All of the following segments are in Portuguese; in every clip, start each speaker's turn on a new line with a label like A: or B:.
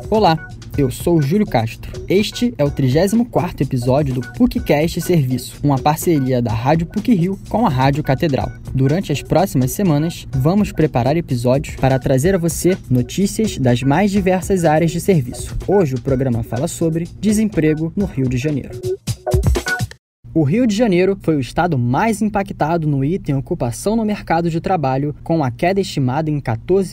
A: Olá, eu sou o Júlio Castro. Este é o 34º episódio do PUCcast Serviço, uma parceria da Rádio PUC-Rio com a Rádio Catedral. Durante as próximas semanas, vamos preparar episódios para trazer a você notícias das mais diversas áreas de serviço. Hoje o programa fala sobre desemprego no Rio de Janeiro. O Rio de Janeiro foi o estado mais impactado no item ocupação no mercado de trabalho, com a queda estimada em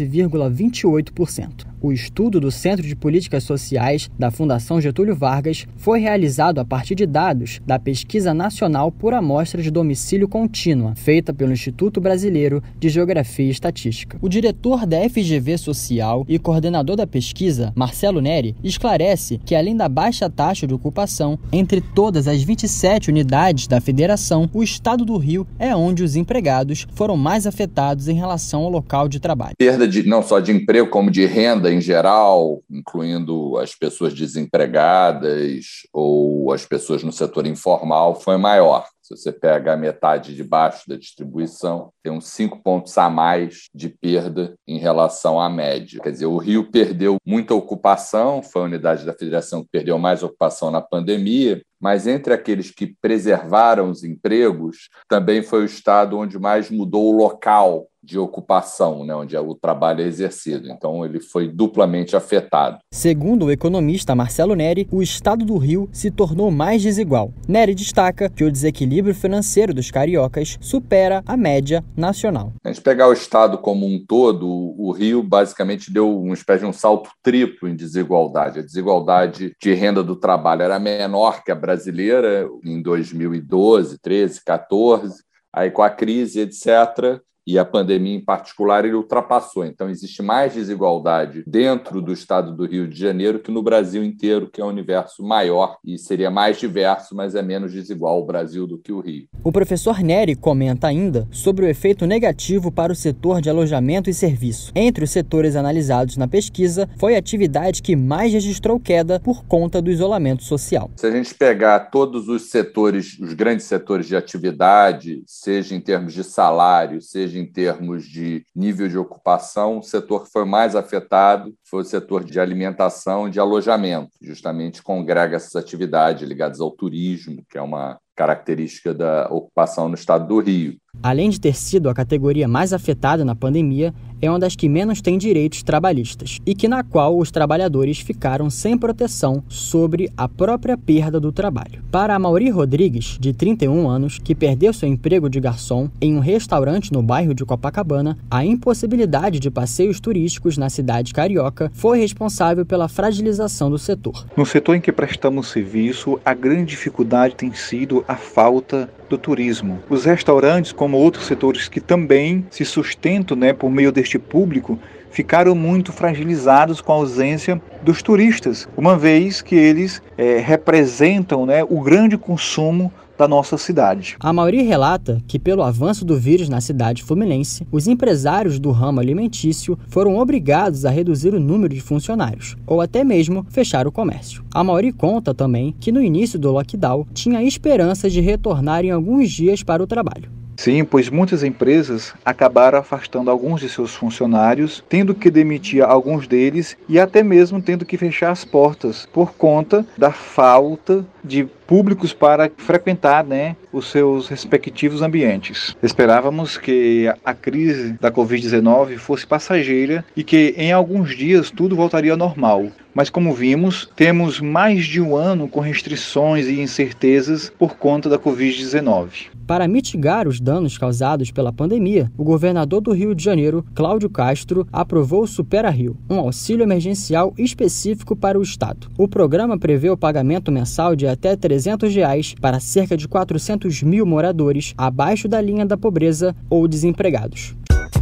A: 14,28%. O estudo do Centro de Políticas Sociais da Fundação Getúlio Vargas foi realizado a partir de dados da Pesquisa Nacional por Amostra de Domicílio Contínua, feita pelo Instituto Brasileiro de Geografia e Estatística. O diretor da FGV Social e coordenador da pesquisa, Marcelo Neri, esclarece que, além da baixa taxa de ocupação, entre todas as 27 unidades da federação, o estado do Rio é onde os empregados foram mais afetados em relação ao local de trabalho.
B: Perda não só de emprego, como de renda em geral, incluindo as pessoas desempregadas ou as pessoas no setor informal, foi maior. Se você pega a metade de baixo da distribuição, tem uns 5 pontos a mais de perda em relação à média. Quer dizer, o Rio perdeu muita ocupação, foi a unidade da federação que perdeu mais ocupação na pandemia, mas entre aqueles que preservaram os empregos, também foi o estado onde mais mudou o local de ocupação, né, onde o trabalho é exercido. Então, ele foi duplamente afetado.
A: Segundo o economista Marcelo Neri, o estado do Rio se tornou mais desigual. Neri destaca que o desequilíbrio financeiro dos cariocas supera a média nacional.
B: Se a gente pegar o estado como um todo, o Rio basicamente deu uma espécie de um salto triplo em desigualdade. A desigualdade de renda do trabalho era menor que a brasileira em 2012, 13, 14, aí com a crise, etc., e a pandemia em particular, ele ultrapassou. Então, existe mais desigualdade dentro do estado do Rio de Janeiro que no Brasil inteiro, que é um universo maior e seria mais diverso, mas é menos desigual o Brasil do que o Rio.
A: O professor Neri comenta ainda sobre o efeito negativo para o setor de alojamento e serviço. Entre os setores analisados na pesquisa, foi a atividade que mais registrou queda por conta do isolamento social.
B: Se a gente pegar todos os setores, os grandes setores de atividade, seja em termos de salário, seja em termos de nível de ocupação, o setor que foi mais afetado foi o setor de alimentação e de alojamento, justamente congrega essas atividades ligadas ao turismo, que é uma característica da ocupação no estado do Rio.
A: Além de ter sido a categoria mais afetada na pandemia, é uma das que menos tem direitos trabalhistas e na qual os trabalhadores ficaram sem proteção sobre a própria perda do trabalho. Para Amaury Rodrigues, de 31 anos, que perdeu seu emprego de garçom em um restaurante no bairro de Copacabana, a impossibilidade de passeios turísticos na cidade carioca foi responsável pela fragilização do setor.
C: No setor em que prestamos serviço, a grande dificuldade tem sido a falta do turismo. Os restaurantes, como outros setores que também se sustentam, por meio deste público, ficaram muito fragilizados com a ausência dos turistas, uma vez que eles representam o grande consumo da nossa cidade.
A: A Amaury relata que, pelo avanço do vírus na cidade fluminense, os empresários do ramo alimentício foram obrigados a reduzir o número de funcionários, ou até mesmo fechar o comércio. A Amaury conta também que no início do lockdown tinha esperança de retornar em alguns dias para o trabalho.
C: Sim, pois muitas empresas acabaram afastando alguns de seus funcionários, tendo que demitir alguns deles e até mesmo tendo que fechar as portas por conta da falta de públicos para frequentar os seus respectivos ambientes. Esperávamos que a crise da Covid-19 fosse passageira e que em alguns dias tudo voltaria ao normal. Mas como vimos, temos mais de um ano com restrições e incertezas por conta da Covid-19.
A: Para mitigar os danos causados pela pandemia, o governador do Rio de Janeiro, Cláudio Castro, aprovou o Supera Rio, um auxílio emergencial específico para o estado. O programa prevê o pagamento mensal de até R$300 para cerca de 400 mil moradores abaixo da linha da pobreza ou desempregados.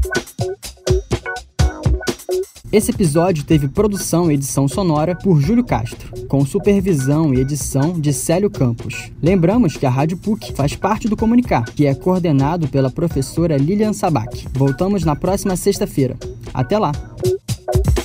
A: Esse episódio teve produção e edição sonora por Júlio Castro, com supervisão e edição de Célio Campos. Lembramos que a Rádio PUC faz parte do Comunicar, que é coordenado pela professora Lilian Sabac. Voltamos na próxima sexta-feira. Até lá!